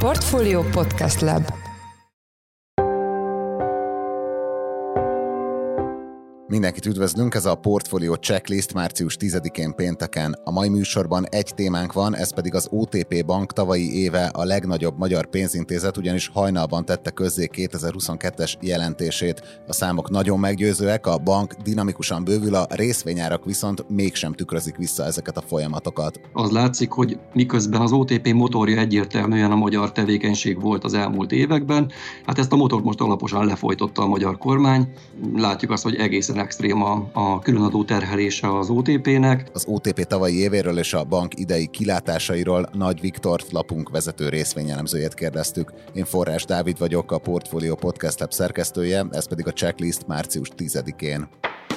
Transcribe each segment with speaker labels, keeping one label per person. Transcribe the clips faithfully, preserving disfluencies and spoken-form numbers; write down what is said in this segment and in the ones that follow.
Speaker 1: Portfolio Podcast Lab.
Speaker 2: Mindenkit üdvözlünk, ez a Portfolio Checklist március tizedikén pénteken. A mai műsorban egy témánk van, ez pedig az o té pé Bank tavalyi éve a legnagyobb magyar pénzintézet, ugyanis hajnalban tette közzé kétezer-huszonkettes jelentését. A számok nagyon meggyőzőek, a bank dinamikusan bővül, a részvényárak viszont mégsem tükrözik vissza ezeket a folyamatokat.
Speaker 3: Az látszik, hogy miközben az o té pé motorja egyértelműen a magyar tevékenység volt az elmúlt években, hát ezt a motort most alaposan lefolytotta a magyar kormány. Látjuk azt, hogy egészen extrém a, a különadó terhelése az o té pének.
Speaker 2: Az o té pé tavalyi évéről és a bank idei kilátásairól Nagy Viktort, lapunk vezető részvényelemzőjét kérdeztük. Én Forrás Dávid vagyok, a Portfolio Podcast Lab szerkesztője, ez pedig a Checklist március tizedikén.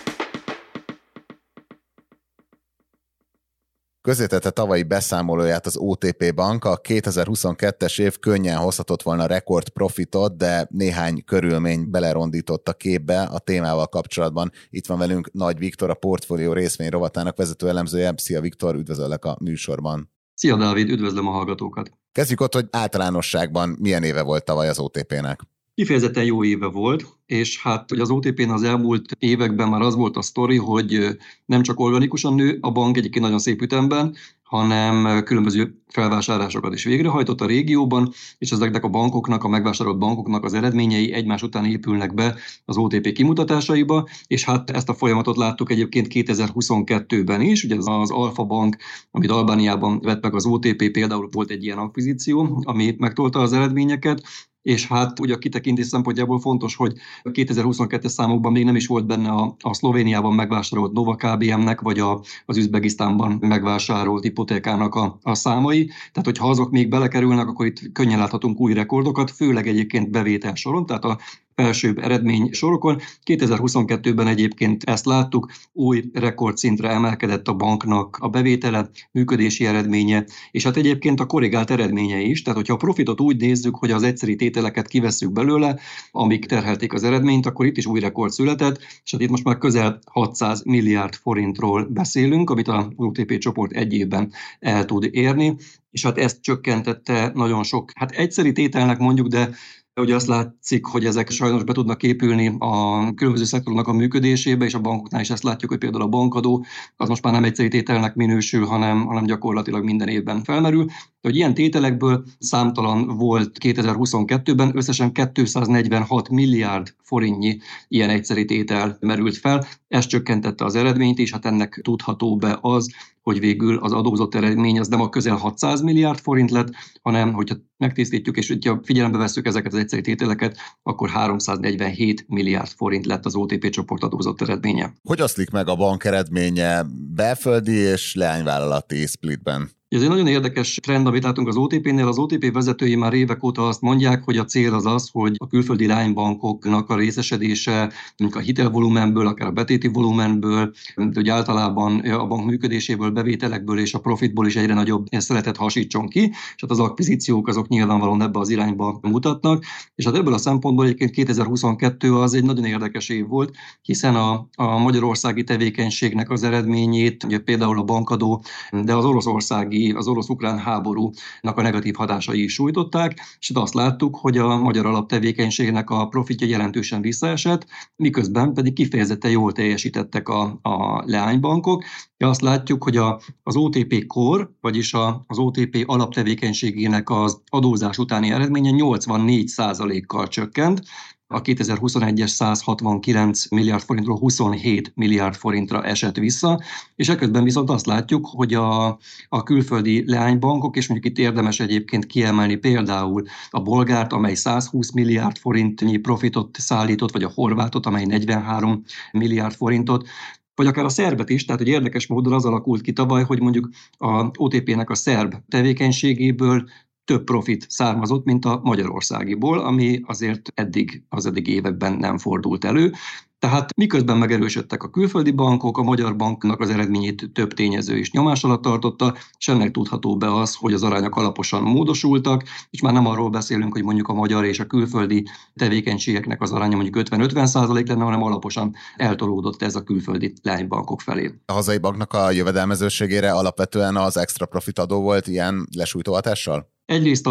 Speaker 2: Közzétette tavalyi beszámolóját az o té pé Bank, a kétezer-huszonkettes év könnyen hozhatott volna rekord profitot, de néhány körülmény belerondított a képbe a témával kapcsolatban. Itt van velünk Nagy Viktor, a Portfolio részvény rovatának vezető elemzője. Szia Viktor, üdvözöllek a műsorban.
Speaker 3: Szia Dávid, üdvözlöm a hallgatókat.
Speaker 2: Kezdjük ott, hogy általánosságban milyen éve volt tavaly az o té pének.
Speaker 3: Kifejezetten jó éve volt, és hát hogy az o té pén az elmúlt években már az volt a sztori, hogy nem csak organikusan nő a bank egyébként nagyon szép ütemben, hanem különböző felvásárlásokat is végrehajtott a régióban, és ezeknek a bankoknak, a megvásárolt bankoknak az eredményei egymás után épülnek be az o té pé kimutatásaiba, és hát ezt a folyamatot láttuk egyébként kétezer-huszonkettőben is, ugye az Alfa Bank, amit Albániában vett meg az o té pé, például volt egy ilyen akvizíció, ami megtolta az eredményeket, és hát ugye a kitekintés szempontjából fontos, hogy a kétezer-huszonkettes számokban még nem is volt benne a, a Szlovéniában megvásárolt Nova ká bé em-nek, vagy a, az Üzbegisztánban megvásárolt hipotékának a, a számai. Tehát, hogyha azok még belekerülnek, akkor itt könnyen láthatunk új rekordokat, főleg egyébként bevétel soron, tehát a felsőbb eredmény sorokon. kétezer-huszonkettőben egyébként ezt láttuk, új rekordszintre emelkedett a banknak a bevétele, működési eredménye, és hát egyébként a korrigált eredménye is, tehát hogyha a profitot úgy nézzük, hogy az egyszeri tételeket kivesszük belőle, amik terhelték az eredményt, akkor itt is új rekord született, és hát itt most már közel hatszáz milliárd forintról beszélünk, amit a o té pé csoport egy évben el tud érni, és hát ezt csökkentette nagyon sok, hát egyszeri tételnek mondjuk, de ugye azt látszik, hogy ezek sajnos be tudnak épülni a különböző szektoroknak a működésébe, és a bankoknál is ezt látjuk, hogy például a bankadó az most már nem egyszeri tételnek minősül, hanem, hanem gyakorlatilag minden évben felmerül. De hogy ilyen tételekből számtalan volt kétezer-huszonkettőben, összesen kétszáznegyvenhat milliárd forintnyi ilyen egyszeri tétel merült fel. Ez csökkentette az eredményt, és hát ennek tudható be az, hogy végül az adózott eredmény az nem a közel hatszáz milliárd forint lett, hanem hogyha megtisztítjuk, és hogyha figyelembe vesszük ezeket az egyszeri tételeket, akkor háromszáznegyvenhét milliárd forint lett az o té pé csoport adózott eredménye.
Speaker 2: Hogy oszlik meg a bank eredménye belföldi és leányvállalati splitben?
Speaker 3: Ez egy nagyon érdekes trend, amit látunk az o té pénél. Az o té pé vezetői már évek óta azt mondják, hogy a cél az az, hogy a külföldi lánybankoknak a részesedése, mondjuk a hitelvolumenből, akár a betéti volumenből, hogy általában a bank működéséből, bevételekből és a profitból is egyre nagyobb szeretet hasítson ki, és hát az akvizíciók azok nyilvánvalóan ebbe az irányba mutatnak. És hát ebből a szempontból egyébként kétezer-huszonkettő az egy nagyon érdekes év volt, hiszen a, a magyarországi tevékenységnek az eredményét, ugye például a bankadó, de az oroszországi az orosz-ukrán háborúnak a negatív hatásai is sújtották, és azt láttuk, hogy a magyar alaptevékenységnek a profitja jelentősen visszaesett, miközben pedig kifejezetten jól teljesítettek a, a leánybankok. Azt látjuk, hogy a, az o té pé Core, vagyis a, az o té pé alaptevékenységének az adózás utáni eredménye nyolcvannégy százalékkal csökkent, a kétezer-huszonegyes száz hatvankilenc milliárd forintról huszonhét milliárd forintra esett vissza, és eközben viszont azt látjuk, hogy a, a külföldi leánybankok, és mondjuk itt érdemes egyébként kiemelni például a bolgárt, amely százhúsz milliárd forintnyi profitot szállított, vagy a horvátot, amely negyvenhárom milliárd forintot, vagy akár a szerbet is, tehát hogy érdekes módon az alakult ki tavaly, hogy mondjuk a o té pének a szerb tevékenységéből több profit származott, mint a magyarországiból, ami azért eddig az eddig években nem fordult elő. Tehát miközben megerősödtek a külföldi bankok, a magyar banknak az eredményét több tényező is nyomás alatt tartotta, és ennek tudható be az, hogy az arányok alaposan módosultak, és már nem arról beszélünk, hogy mondjuk a magyar és a külföldi tevékenységeknek az aránya mondjuk ötven-ötven százalék lenne, hanem alaposan eltolódott ez a külföldi leánybankok felé.
Speaker 2: A hazai banknak a jövedelmezőségére alapvetően az extra profit adó volt ilyen lesújtó hatással?
Speaker 3: Egyrészt az,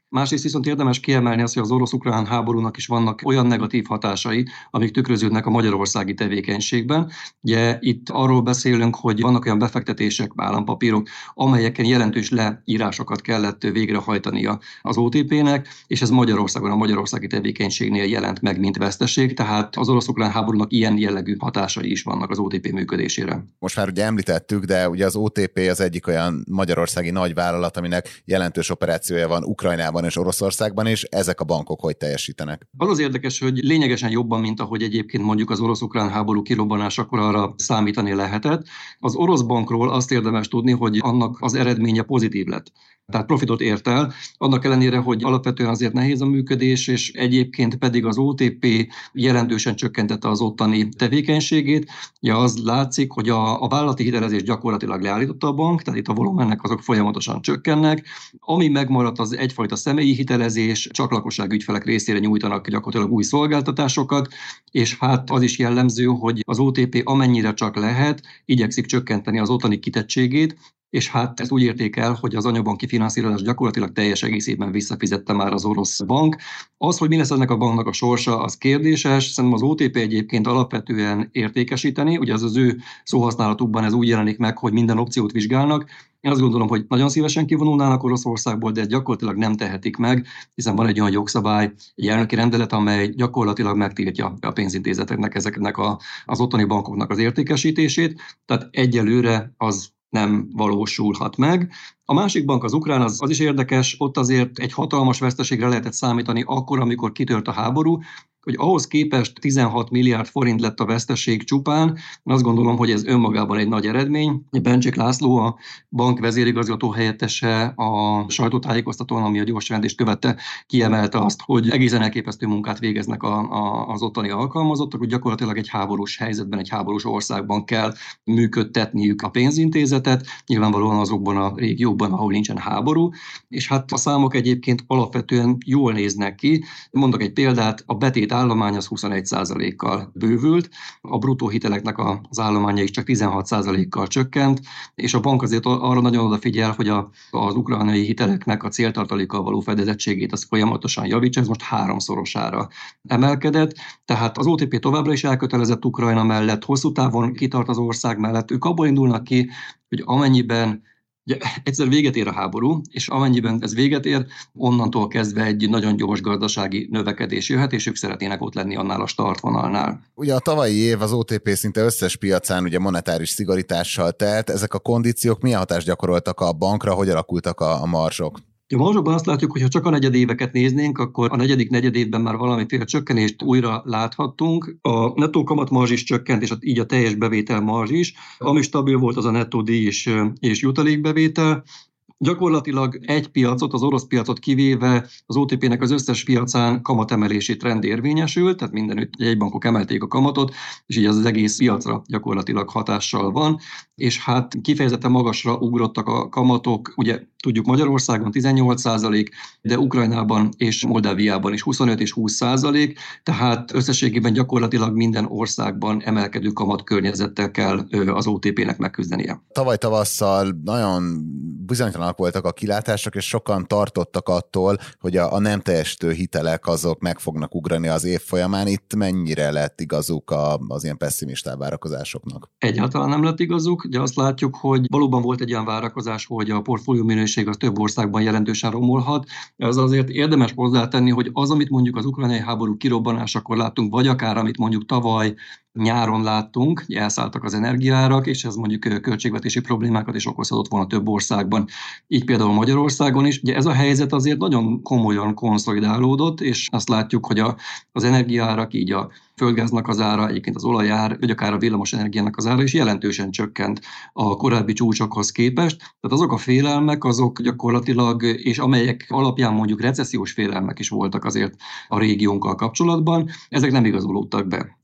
Speaker 3: Másrészt viszont érdemes kiemelni azt, hogy az orosz-ukrán háborúnak is vannak olyan negatív hatásai, amik tükröződnek a magyarországi tevékenységben. Ugye itt arról beszélünk, hogy vannak olyan befektetések, állampapírok, amelyeken jelentős leírásokat kellett végrehajtania az o té pének, és ez Magyarországon a magyarországi tevékenységnél jelent meg, mint veszteség, tehát az orosz-ukrán háborúnak ilyen jellegű hatásai is vannak az o té pé működésére.
Speaker 2: Most már ugye említettük, de ugye az o té pé az egyik olyan magyarországi nagyvállalat, aminek jelentős operációja van Ukrajnában és Oroszországban is. Ezek a bankok hogy teljesítenek?
Speaker 3: Az az érdekes, hogy lényegesen jobban, mint ahogy egyébként mondjuk az orosz-ukrán háború kirobbanásakor arra számítani lehetett. Az orosz bankról azt érdemes tudni, hogy annak az eredménye pozitív lett. Tehát profitot ért el, annak ellenére, hogy alapvetően azért nehéz a működés, és egyébként pedig az o té pé jelentősen csökkentette az ottani tevékenységét. Ja, az látszik, hogy a, a vállalati hitelezés gyakorlatilag leállította a bank, tehát itt a volumennek azok folyamatosan csökkennek. Ami megmaradt, az egyfajta személyi hitelezés, csak lakossági ügyfelek részére nyújtanak gyakorlatilag új szolgáltatásokat, és hát az is jellemző, hogy az o té pé amennyire csak lehet, igyekszik csökkenteni az ottani kitettségét, és hát ezt úgy érték el, hogy az anyabanki finanszírozás gyakorlatilag teljes egészében visszafizette már az orosz bank. Az, hogy mi lesz ennek a banknak a sorsa, az kérdéses. Szerintem az o té pé egyébként alapvetően értékesíteni, ugye az az ő szóhasználatukban ez úgy jelenik meg, hogy minden opciót vizsgálnak. Én azt gondolom, hogy nagyon szívesen kivonulnának Oroszországból, de ezt gyakorlatilag nem tehetik meg, hiszen van egy olyan jogszabály, egy elnöki rendelet, amely gyakorlatilag megtiltja a pénzintézeteknek, ezeknek a, az ottani bankoknak az értékesítését. Tehát egyelőre az nem valósulhat meg. A másik bank, az ukrán, az, az is érdekes, ott azért egy hatalmas veszteségre lehetett számítani akkor, amikor kitört a háború, hogy ahhoz képest tizenhat milliárd forint lett a veszteség csupán. Én azt gondolom, hogy ez önmagában egy nagy eredmény. Bencsik László, a bank vezérigazgató helyettese a sajtótájékoztatón, ami a gyors jelentést követte, kiemelte azt, hogy egészen elképesztő munkát végeznek a, a, az ottani alkalmazottak, hogy gyakorlatilag egy háborús helyzetben, egy háborús országban kell működtetniük a pénzintézetet, nyilvánvalóan azokban a régiókban, ahol nincsen háború, és hát a számok egyébként alapvetően jól néznek ki. Mondok egy példát, a betét állomány az huszonegy százalékkal bővült, a bruttó hiteleknek az állománya is csak tizenhat százalékkal csökkent, és a bank azért arra nagyon odafigyel, hogy a, az ukrajnai hiteleknek a céltartalékkal való fedezettségét az folyamatosan javítsa, ez most háromszorosára emelkedett, tehát az o té pé továbbra is elkötelezett Ukrajna mellett, hosszú távon kitart az ország mellett, ők abból indulnak ki, hogy amennyiben ugye, egyszer véget ér a háború, és amennyiben ez véget ér, onnantól kezdve egy nagyon gyors gazdasági növekedés jöhet, és ők szeretnének ott lenni annál a startvonalnál.
Speaker 2: Ugye a tavalyi év az o té pé szinte összes piacán ugye monetáris szigorítással telt. Ezek a kondíciók milyen hatást gyakoroltak a bankra, hogy alakultak a, a marzsok?
Speaker 3: A marzsokban azt látjuk, hogy ha csak a negyedéveket néznénk, akkor a negyedik negyedévben már valamiféle csökkenést újra láthattunk. A nettó kamatmarzs is csökkent, és így a teljes bevétel marzs is. Ami stabil volt, az a nettó díj és, és jutalékbevétel. Gyakorlatilag egy piacot, az orosz piacot kivéve az o té pének az összes piacán kamatemelési trend érvényesült, tehát mindenütt jegybankok emelték a kamatot, és így az, az egész piacra gyakorlatilag hatással van, és hát kifejezetten magasra ugrottak a kamatok, ugye tudjuk Magyarországon tizennyolc százalék, de Ukrajnában és Moldáviában is huszonöt és húsz százalék, tehát összességében gyakorlatilag minden országban emelkedő kamatkörnyezettel kell az o té pének megküzdenie.
Speaker 2: Tavaly tavasszal nagyon bizonytalan voltak a kilátások, és sokan tartottak attól, hogy a, a nem teljesítő hitelek azok meg fognak ugrani az év folyamán. Itt mennyire lett igazuk a, az ilyen pesszimistább várakozásoknak?
Speaker 3: Egyáltalán nem lett igazuk, de azt látjuk, hogy valóban volt egy olyan várakozás, hogy a portfólió minőség az több országban jelentősen romolhat. Ez azért érdemes hozzátenni, hogy az, amit mondjuk az ukrajnai háború kirobbanásakor láttunk, vagy akár amit mondjuk tavaly nyáron láttunk, elszálltak az energiaárak, és ez mondjuk költségvetési problémákat is okozhatott volna több országban, így például Magyarországon is. Ugye ez a helyzet azért nagyon komolyan konszolidálódott, és azt látjuk, hogy a, az energiaárak, így a földgáznak az ára, egyébként az olajár, vagy akár a villamos energiának az ára is jelentősen csökkent a korábbi csúcsokhoz képest. Tehát azok a félelmek, azok gyakorlatilag, és amelyek alapján mondjuk recessziós félelmek is voltak azért a régiónkkal kapcsolatban, ezek nem igazolódtak be.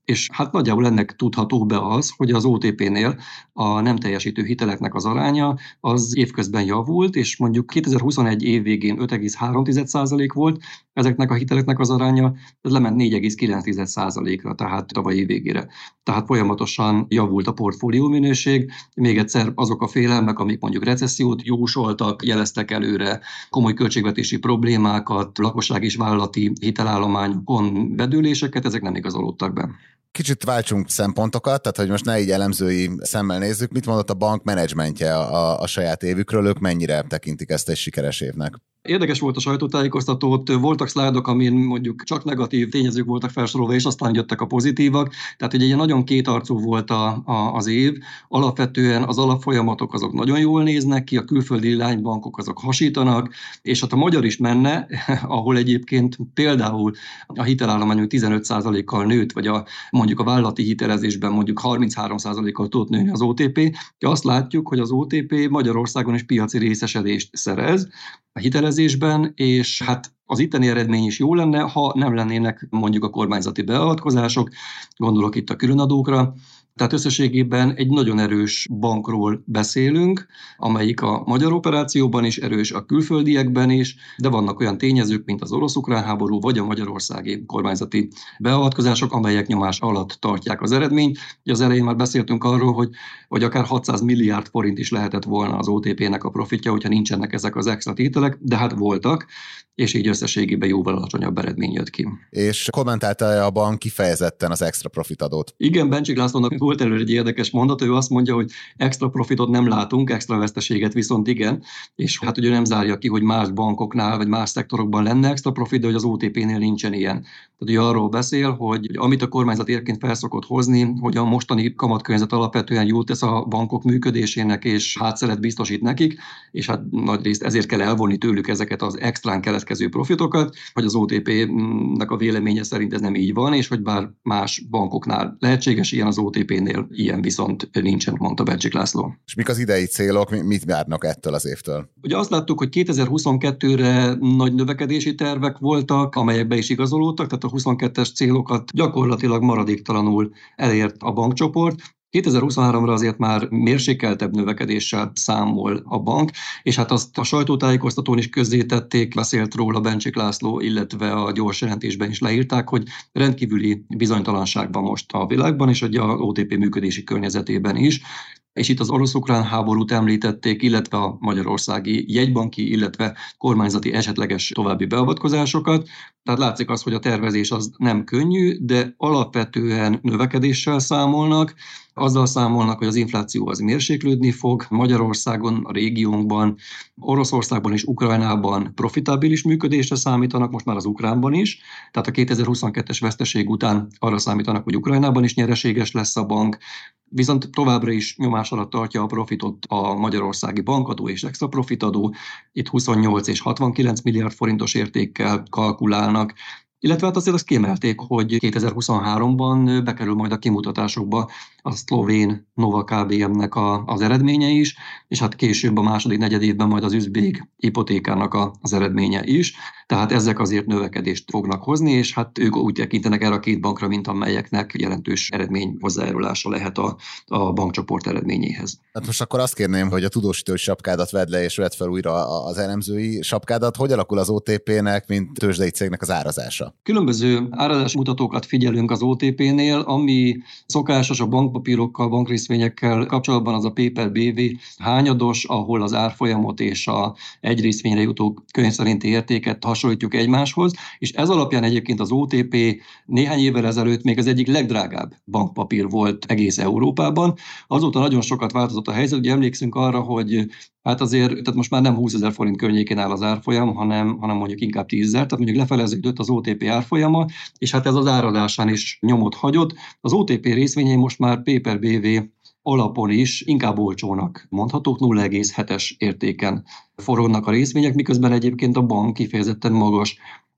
Speaker 3: És hát nagyjából ennek tudható be az, hogy az o té pé-nél a nem teljesítő hiteleknek az aránya az évközben javult, és mondjuk kétezer-huszonegy év végén öt egész három százalék volt ezeknek a hiteleknek az aránya, ez lement négy egész kilenc százalékra, tehát tavaly év végére. Tehát folyamatosan javult a portfólió minőség. Még egyszer azok a félelmek, amik mondjuk recessziót jósoltak, jeleztek előre komoly költségvetési problémákat, lakossági és vállalati hitelállományokon bedőléseket, ezek nem igazolódtak be.
Speaker 2: Kicsit váltsunk szempontokat, tehát hogy most ne így elemzői szemmel nézzük, mit mondott a bank menedzsmentje a, a saját évükről, ők mennyire tekintik ezt egy sikeres évnek?
Speaker 3: Érdekes volt a sajtótájékoztatót, voltak szlájdok, amin mondjuk csak negatív tényezők voltak felsorolva, és aztán jöttek a pozitívak. Tehát ugye egy nagyon kétarcú volt a, a, az év. Alapvetően az alapfolyamatok azok nagyon jól néznek ki, a külföldi lánybankok azok hasítanak, és hát a magyar is menne, ahol egyébként például a hitelállományunk tizenöt százalékkal nőtt, vagy a, mondjuk a vállalati hitelezésben mondjuk harminchárom százalékkal tudott nőni az o té pé. Azt látjuk, hogy az o té pé Magyarországon is piaci részesedést szerez a hitelezésben, és hát az itteni eredmény is jó lenne, ha nem lennének mondjuk a kormányzati beavatkozások, gondolok itt a különadókra. Tehát összességében egy nagyon erős bankról beszélünk, amelyik a magyar operációban is erős, a külföldiekben is, de vannak olyan tényezők, mint az orosz-ukrán háború, vagy a magyarországi kormányzati beavatkozások, amelyek nyomás alatt tartják az eredményt. Ugye az elején már beszéltünk arról, hogy, hogy akár hatszáz milliárd forint is lehetett volna az o té pé-nek a profitja, hogyha nincsenek ezek az extra tételek, de hát voltak, és így összességében jóval alacsonyabb eredmény jött ki.
Speaker 2: És kommentálta a bank kifejezetten az extra profitadót?
Speaker 3: Igen, Bencsik Lászlónak volt előre egy érdekes mondat, ő azt mondja, hogy extra profitot nem látunk, extra veszteséget viszont igen, és hát ugye nem zárja ki, hogy más bankoknál vagy más szektorokban lenne extra profit, de hogy az o té pé-nél nincsen ilyen. Tehát ugye arról beszél, hogy amit a kormányzat érként felszokott hozni, hogy a mostani kamatkörnyezet alapvetően jót tesz a bankok működésének, és hátszelet biztosít nekik, és hát nagyrészt ezért kell elvonni tőlük ezeket az extrán keletkező profitokat, hogy az o té pé-nek a véleménye szerint ez nem így van, és hogy bár más bankoknál lehetséges ilyen, az o té pé-nél ilyen viszont nincsen, mondta Bencsik László.
Speaker 2: És mik az idei célok, mit várnak ettől az évtől?
Speaker 3: Ugye azt láttuk, hogy kétezer-huszonkettőre nagy növekedési tervek voltak, amelyek be is igazolódtak, tehát a huszonkettes célokat gyakorlatilag maradéktalanul elért a bankcsoport. kétezer-huszonháromra azért már mérsékeltebb növekedéssel számol a bank, és hát azt a sajtótájékoztatón is közzétették, beszélt róla Bencsik László, illetve a gyors jelentésben is leírták, hogy rendkívüli bizonytalanság van most a világban, és hogy a o té pé működési környezetében is. És itt az orosz-ukrán háborút említették, illetve a magyarországi jegybanki, illetve kormányzati esetleges további beavatkozásokat. Tehát látszik az, hogy a tervezés az nem könnyű, de alapvetően növekedéssel számolnak. Azzal számolnak, hogy az infláció az mérséklődni fog Magyarországon, a régiónkban, Oroszországban és Ukrajnában profitábilis működésre számítanak, most már az ukránban is. Tehát a kétezer-huszonkettes veszteség után arra számítanak, hogy Ukrajnában is nyereséges lesz a bank, viszont továbbra is nyomás alatt tartja a profitot a magyarországi bankadó és extra profitadó. Itt huszonnyolc és hatvankilenc milliárd forintos értékkel kalkulálnak. Illetve hát azért azt kiemelték, hogy kétezer-huszonháromban bekerül majd a kimutatásokba a szlovén Nova ká bé em-nek a, az eredménye is, és hát később a második negyedévben majd az üzbég hipotékának a, az eredménye is. Tehát ezek azért növekedést fognak hozni, és hát ők úgy tekintenek erre a két bankra, mint amelyeknek jelentős eredmény hozzájárulása lehet a, a bankcsoport eredményéhez.
Speaker 2: Hát most akkor azt kérném, hogy a tudósító sapkádat vedd le, és vedd fel újra az elemzői sapkádat. Hogy alakul az o té pé-nek, mint tőzsdei cégnek az árazása?
Speaker 3: Különböző árazási mutatókat figyelünk az o té pé-nél, ami szokásos a bankpapírokkal, bankrészvényekkel kapcsolatban az a P per bé vé hányados, ahol az árfolyamot és a egy részvényre jutó könyv szerinti értéket hasonlítjuk egymáshoz, és ez alapján egyébként az o té pé néhány évvel ezelőtt még az egyik legdrágább bankpapír volt egész Európában. Azóta nagyon sokat változott a helyzet, ugye emlékszünk arra, hogy hát azért, tehát most már nem húszezer forint környékén áll az árfolyam, hanem, hanem mondjuk inkább tízezer, tehát mondjuk lefeleződött az o té pé árfolyama, és hát ez az áradásán is nyomot hagyott. Az o té pé részvényei most már P per bé vé alapon is inkább olcsónak mondhatók, nulla egész hetes értéken forognak a részvények, miközben egyébként a bank kifejezetten magas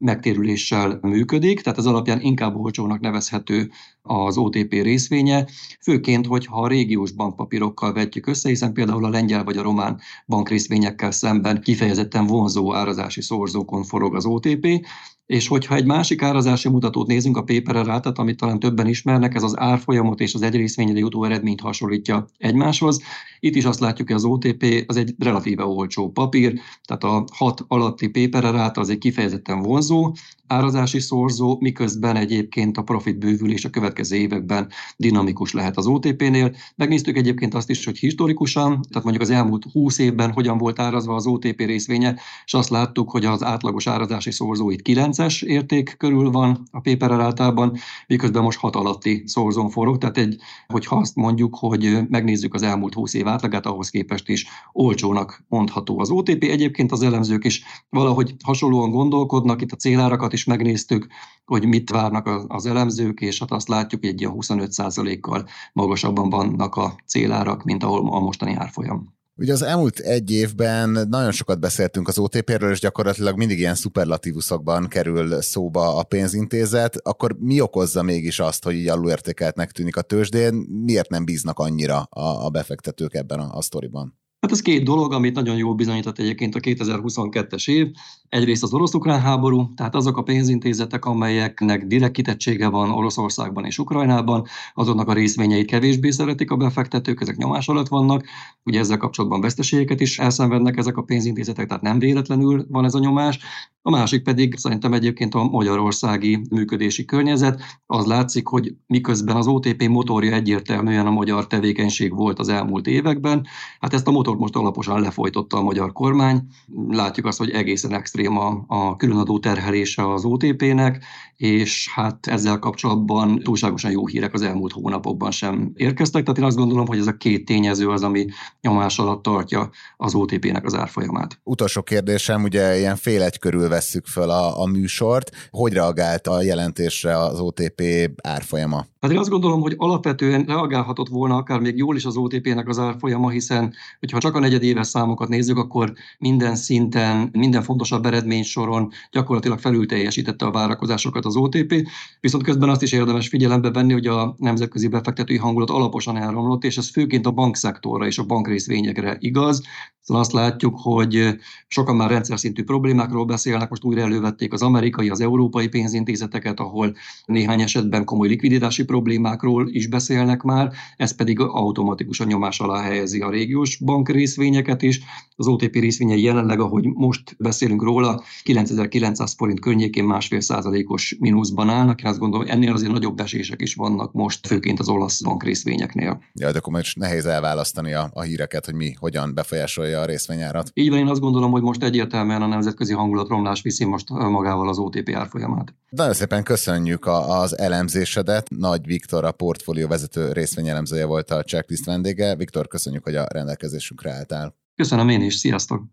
Speaker 3: megtérüléssel működik, tehát ez alapján inkább olcsónak nevezhető az o té pé részvénye, főként, hogyha a régiós bankpapírokkal vetjük össze, hiszen például a lengyel vagy a román bankrészvényekkel szemben kifejezetten vonzó árazási szorzókon forog az o té pé, és hogyha egy másik árazási mutatót nézünk, a paper rátat, amit talán többen ismernek, ez az árfolyamot és az egy részvényre jutó eredményt hasonlítja egymáshoz. Itt is azt látjuk, hogy az o té pé az egy relatíve olcsó papír, tehát a hat alatti paper ráta az egy kifejezetten vonzó árazási szorzó, miközben egyébként a profit bővülés a következő években dinamikus lehet az o té pénél. Megnéztük egyébként azt is, hogy historikusan, tehát mondjuk az elmúlt húsz évben hogyan volt árazva az o té pé részvénye, és azt láttuk, hogy az átlagos árazási szorzó itt kilences érték körül van a paper rátában, miközben most hat alatti szorzón forog, tehát egy, hogyha azt mondjuk, hogy megnézzük az elmúlt húsz év átlagát, ahhoz képest is olcsónak mondható az o té pé. Egyébként az elemzők is valahogy hasonlóan gondolkodnak, itt a célárakat is megnéztük, hogy mit várnak az elemzők, és hát azt látjuk, hogy egy ilyen huszonöt százalékkal magasabban vannak a célárak, mint ahol a mostani árfolyam.
Speaker 2: Ugye az elmúlt egy évben nagyon sokat beszéltünk az o té péről, és gyakorlatilag mindig ilyen szuperlatívuszokban kerül szóba a pénzintézet. Akkor mi okozza mégis azt, hogy így alulértékeltnek tűnik a tőzsdén? Miért nem bíznak annyira a, a befektetők ebben a, a sztoriban?
Speaker 3: Hát ez két dolog, amit nagyon jól bizonyított egyébként a kétezer-huszonkettes év. Egyrészt az orosz-ukrán háború, tehát azok a pénzintézetek, amelyeknek direkt kitettsége van Oroszországban és Ukrajnában, azoknak a részvényeit kevésbé szeretik a befektetők, ezek nyomás alatt vannak. Ugye ezzel kapcsolatban veszteségeket is elszenvednek ezek a pénzintézetek, tehát nem véletlenül van ez a nyomás. A másik pedig szerintem egyébként a magyarországi működési környezet. Az látszik, hogy miközben az o té pé motorja egyértelműen a magyar tevékenység volt az elmúlt években, hát ezt a motort most alaposan lefolytotta a magyar kormány. Látjuk azt, hogy egészen extrém a, a különadó terhelése az o té pének, és hát ezzel kapcsolatban túlságosan jó hírek az elmúlt hónapokban sem érkeztek. Tehát én azt gondolom, hogy ez a két tényező az, ami nyomás alatt tartja az o té pének az árfolyamát.
Speaker 2: Utolsó kérdésem, ugye ilyen fél egy körül vesszük föl a, a műsort. Hogy reagált a jelentésre az o té pé árfolyama?
Speaker 3: Hát én azt gondolom, hogy alapvetően reagálhatott volna akár még jól is az o té pének az árfolyama, hiszen hogyha csak a negyedéves számokat nézzük, akkor minden szinten, minden fontosabb eredménysoron gyakorlatilag felül teljesítette a várakozásokat az o té pé, viszont közben azt is érdemes figyelembe venni, hogy a nemzetközi befektetői hangulat alaposan elromlott, és ez főként a bankszektorra és a bankrészvényekre igaz. Szóval azt látjuk, hogy sokan már rendszer szintű problémákról beszélnek, most újra elővették az amerikai, az európai pénzintézeteket, ahol néhány esetben komoly likviditási problémákról is beszélnek már, ez pedig automatikusan nyomás alá helyezi a régiós bankrészvényeket is. Az o té pé részvényei jelenleg, ahogy most beszélünk róla, kilencezer-kilencszáz forint környékén másfél százalékos mínuszban állnak. Én azt gondolom, hogy ennél azért nagyobb esések is vannak most, főként az olasz bankrészvényeknél.
Speaker 2: Ja, de akkor most nehéz elválasztani a, a híreket, hogy mi hogyan befolyásolja a részvényárat.
Speaker 3: Így van, én azt gondolom, hogy most egyértelműen a nemzetközi hangulatromlás viszi most magával az o té pé árfolyamát.
Speaker 2: Nagyon szépen köszönjük a, az elemzésedet. Nagy Viktor, a portfólió vezető részvényelemzője volt a Checklist vendége. Viktor, köszönjük, hogy a rendelkezésünkre álltál.
Speaker 3: Köszönöm én is, sziasztok!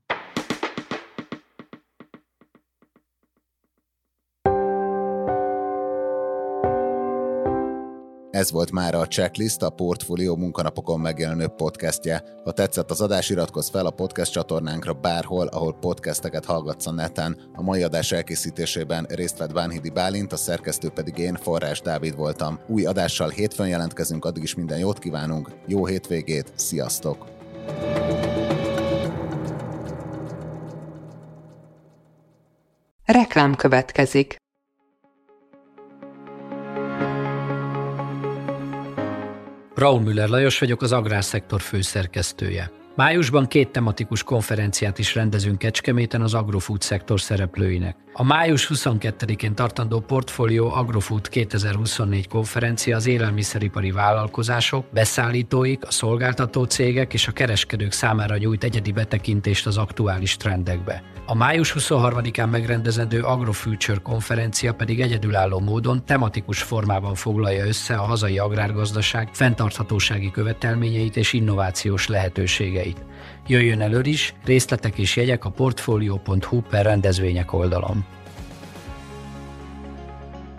Speaker 2: Ez volt már a Checklist, a Portfólió munkanapokon megjelenő podcastje. Ha tetszett az adás, iratkozz fel a podcast csatornánkra bárhol, ahol podcasteket hallgatsz a neten. A mai adás elkészítésében részt vett Bánhidi Bálint, a szerkesztő pedig én, Forrás Dávid voltam. Új adással hétfőn jelentkezünk, addig is minden jót kívánunk, jó hétvégét, sziasztok!
Speaker 1: Reklám következik.
Speaker 4: Braun Müller Lajos vagyok, az Agrárszektor főszerkesztője. Májusban két tematikus konferenciát is rendezünk Kecskeméten az agrofood szektor szereplőinek. A május huszonkettedikén tartandó Portfolio Agrofood kétezer-huszonnégy konferencia az élelmiszeripari vállalkozások, beszállítóik, a szolgáltató cégek és a kereskedők számára nyújt egyedi betekintést az aktuális trendekbe. A május huszonharmadikán megrendezendő Agrofuture konferencia pedig egyedülálló módon tematikus formában foglalja össze a hazai agrárgazdaság fenntarthatósági követelményeit és innovációs lehetőségeit. Jöjjön elő is, részletek és jegyek a portfolio pont hu per rendezvények oldalon.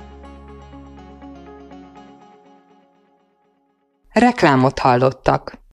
Speaker 1: Reklámot hallottak.